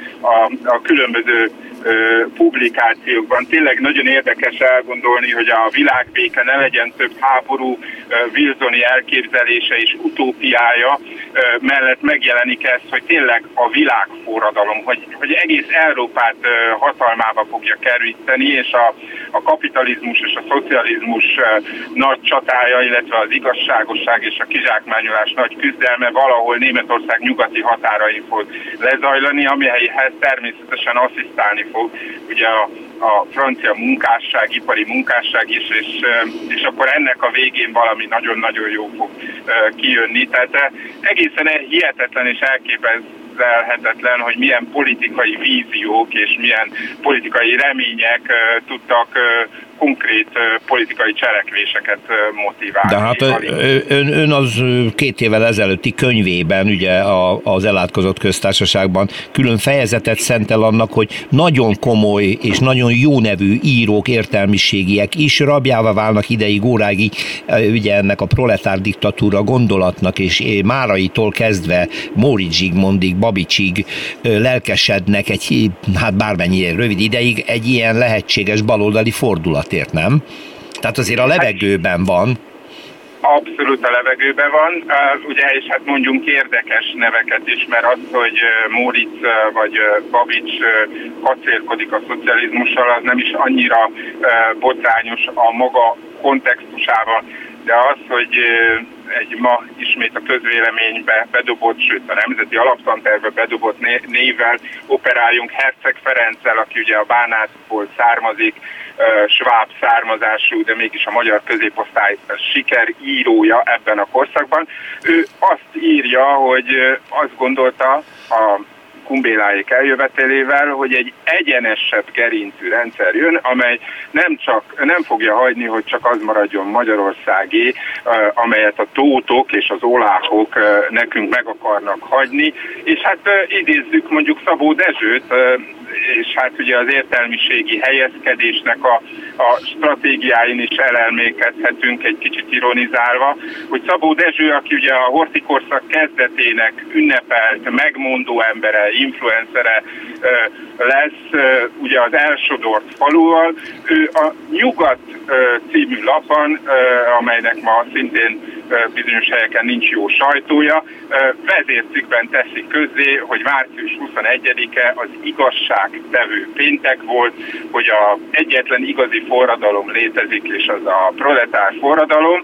a különböző publikációkban. Tényleg nagyon érdekes elgondolni, hogy a világbéke ne legyen több háború, Wilsoni elképzelése és utópiája mellett megjelenik ez, hogy tényleg a világforradalom, hogy egész Európát hatalmába fogja keríteni, és a kapitalizmus és a szocializmus nagy csatája, illetve az igazságosság és a kizsákmányolás nagy küzdelme valahol Németország nyugati határai fog lezajlani, amelyhez természetesen asszisztálni fog ugye a francia munkásság, ipari munkásság is, és akkor ennek a végén valami nagyon-nagyon jó fog kijönni. Tehát egészen hihetetlen és elképzelhetetlen, hogy milyen politikai víziók és milyen politikai remények tudtak konkrét politikai cselekvéseket motiválni. De hát ön az 2 évvel ezelőtti könyvében, ugye az elátkozott köztársaságban külön fejezetet szentel annak, hogy nagyon komoly és nagyon jó nevű írók, értelmiségiek is rabjává válnak ideig, óráig, ugye ennek a proletár diktatúra gondolatnak, és Máraitól kezdve Móricz Zsigmondig, Babicsig lelkesednek hát bármennyire rövid ideig egy ilyen lehetséges baloldali fordulatért, nem? Tehát azért a levegőben van. Abszolút a levegőben van, ugye, és hát mondjunk érdekes neveket is, mert az, hogy Móricz vagy Babics kacérkodik a szocializmussal, az nem is annyira botrányos a maga kontextusában, de az, hogy egy ma ismét a közvéleménybe bedobott, sőt a Nemzeti Alaptantervbe bedobott névvel operáljunk Herceg Ferenccel, aki ugye a Bánátból származik, sváb származású, de mégis a magyar középosztály sikerírója ebben a korszakban. Ő azt írja, hogy azt gondolta a Kumbéláék eljövetelével, hogy egy egyenesebb gerincű rendszer jön, amely nem fogja hagyni, hogy csak az maradjon Magyarországé, amelyet a tótok és az oláhok nekünk meg akarnak hagyni. És hát idézzük mondjuk Szabó Dezsőt, és hát ugye az értelmiségi helyezkedésnek a stratégiáin is elelmélkedhetünk egy kicsit ironizálva, hogy Szabó Dezső, aki ugye a Horthy korszak kezdetének ünnepelt, megmondó embere, influencere lesz ugye az elsodort faluval, ő a Nyugat című lapon, amelynek ma szintén bizonyos helyeken nincs jó sajtója, vezércikkben teszi közzé, hogy március 21-e az igazságtevő péntek volt, hogy az egyetlen igazi forradalom létezik, és az a proletár forradalom.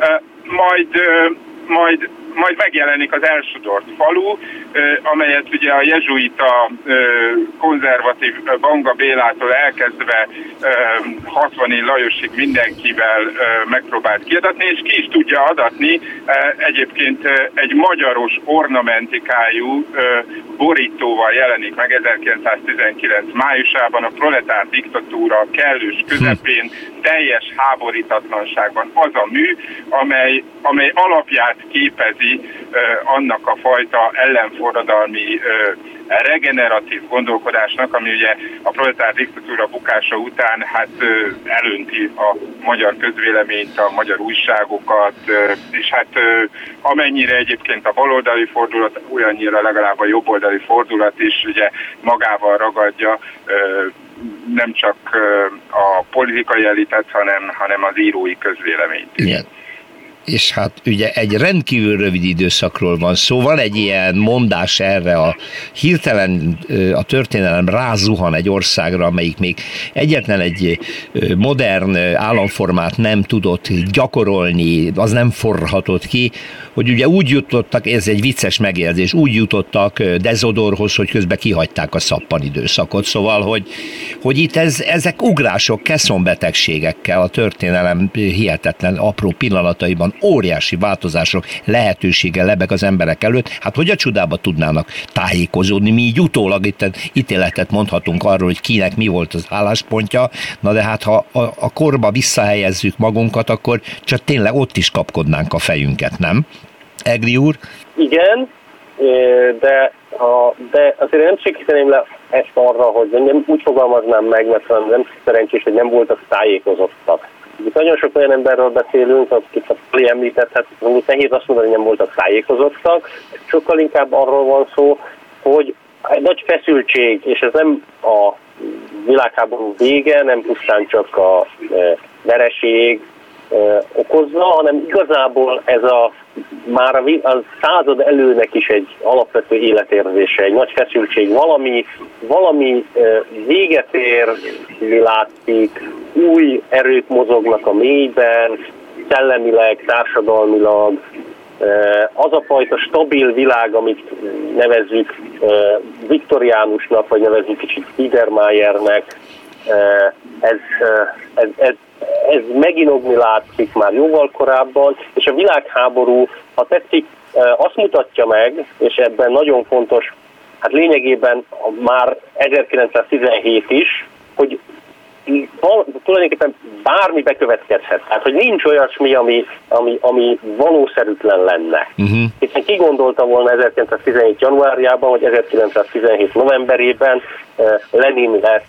Majd megjelenik az elsodort falu, amelyet ugye a jezsuita konzervatív Banga Bélától elkezdve 60-i Lajosig mindenkivel megpróbált kiadatni, és ki is tudja adatni. Egyébként egy magyaros ornamentikájú borítóval jelenik meg 1919 májusában a proletár diktatúra kellős közepén, teljes háborítatlanságban az a mű, amely alapját képezi annak a fajta ellenforradalomnak, forradalmi regeneratív gondolkodásnak, ami ugye a proletár diktatúra bukása után hát elönti a magyar közvéleményt, a magyar újságokat, és hát amennyire egyébként a baloldali fordulat, olyannyira legalább a jobboldali fordulat is ugye magával ragadja nem csak a politikai elitet, hanem az írói közvéleményt. Igen. És hát ugye egy rendkívül rövid időszakról van szó. Van egy ilyen mondás erre, hirtelen a történelem rázuhan egy országra, amelyik még egyetlen egy modern államformát nem tudott gyakorolni, az nem forrhatott ki, hogy ugye úgy jutottak, ez egy vicces megjegyzés, úgy jutottak Dezodorhoz, hogy közben kihagyták a szappanidőszakot. Szóval, hogy itt ezek ugrások, keszonbetegségekkel a történelem hihetetlen apró pillanataiban óriási változások lehetősége lebeg az emberek előtt. Hát hogy a csodába tudnának tájékozódni? Mi így utólag itt ítéletet mondhatunk arról, hogy kinek mi volt az álláspontja, na de hát ha a korba visszahelyezzük magunkat, akkor csak tényleg ott is kapkodnánk a fejünket, nem? Egri úr? Igen, de azért nem sikíteném le ezt arra, hogy nem úgy fogalmaznám meg, mert nem szerencsés, hogy nem voltak tájékozottak. Itt nagyon sok olyan emberről beszélünk, akit a Pali említett, hát nehéz azt mondani, hogy nem voltak tájékozottak. Sokkal inkább arról van szó, hogy egy nagy feszültség, és ez nem a világháború vége, nem pusztán csak a vereség okozza, hanem igazából ez már a század előnek is egy alapvető életérzése, egy nagy feszültség, valami véget ér, látszik, új erők mozognak a mélyben, szellemileg, társadalmilag, az a fajta stabil világ, amit nevezzük viktoriánusnak, vagy nevezzük kicsit Biedermeiernek, ez meginogni látszik már jóval korábban, és a világháború, ha tetszik, azt mutatja meg, és ebben nagyon fontos, hát lényegében már 1917 is, hogy tulajdonképpen bármi bekövetkezhet. Tehát, hogy nincs olyasmi, ami valószerűtlen lenne. Hiszen ki gondolta volna 1917 januárjában, vagy 1917 novemberében Lenin lesz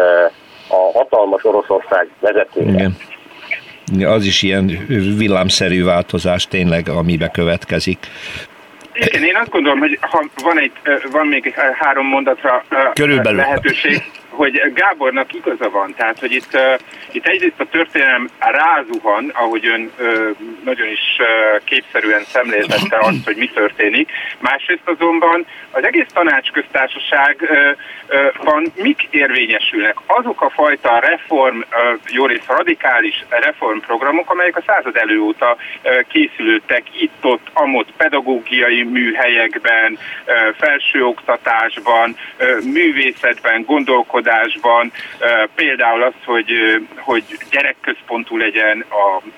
a hatalmas Oroszország vezetője. Igen. Az is ilyen villámszerű változás tényleg, amibe következik. Igen, én azt gondolom, hogy ha van még 3 mondatra körülbelül lehetőség, hogy Gábornak igaza van, tehát hogy itt egyrészt a történelem rázuhan, ahogy ön nagyon is képszerűen szemléltette azt, hogy mi történik, másrészt azonban az egész tanácsköztársaságban mik érvényesülnek? Azok a fajta jórészt radikális reformprogramok, amelyek a század elő óta készülődtek itt-ott, amott pedagógiai műhelyekben, felsőoktatásban, művészetben, gondolkodásban, például az, hogy gyerekközpontú legyen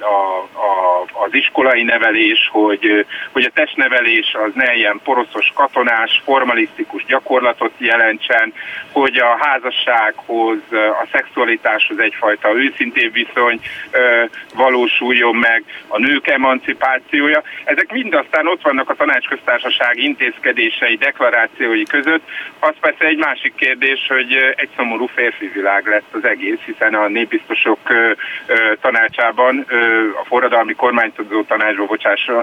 az iskolai nevelés, hogy a testnevelés az ne ilyen poroszos, katonás, formalisztikus gyakorlatot jelentsen, hogy a házassághoz, a szexualitáshoz egyfajta őszintébb viszony valósuljon meg, a nők emancipációja. Ezek mind aztán ott vannak a tanácsköztársaság intézkedései, deklarációi között. Az persze egy másik kérdés, hogy egy szomorú férfi világ lett az egész, hiszen a népbiztosok tanácsában, a forradalmi kormányzó tanácsban,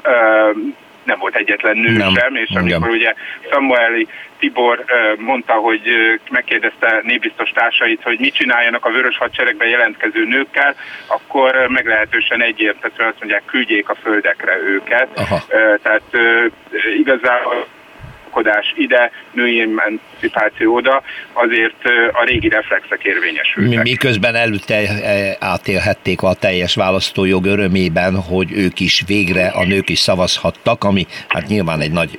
nem volt egyetlen nő sem, és amikor ugye Samueli Tibor mondta, hogy megkérdezte népbiztos társait, hogy mit csináljanak a Vörös Hadseregben jelentkező nőkkel, akkor meglehetősen egyértelműen azt mondják, küldjék a földekre őket. Tehát igazából ide, női emancipáció oda, azért a régi reflexek érvényesültek. Miközben előtte átélhették a teljes választójog örömében, hogy ők is végre, a nők is szavazhattak, ami hát nyilván egy nagy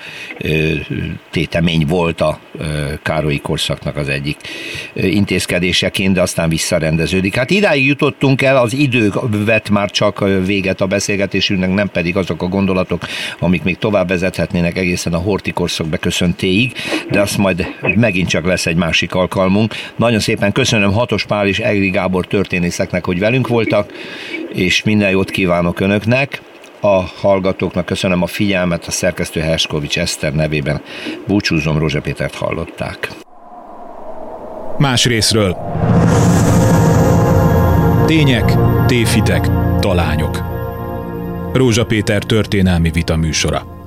tétemény volt a Károlyi korszaknak az egyik intézkedéseként, de aztán visszarendeződik. Hát idáig jutottunk el, az idő vett már csak véget a beszélgetésünknek, nem pedig azok a gondolatok, amik még tovább vezethetnének egészen a Horthy korszak beköszöntéig, de azt majd megint csak lesz egy másik alkalmunk. Nagyon szépen köszönöm Hatos Pál és Egri Gábor történészeknek, hogy velünk voltak, és minden jót kívánok önöknek. a hallgatóknak, köszönöm a figyelmet, a szerkesztő Herskovics Eszter nevében búcsúzom, Rózsa Pétert hallották. Más részről. Tények, tévhitek, talányok. Rózsa Péter történelmi vita műsora.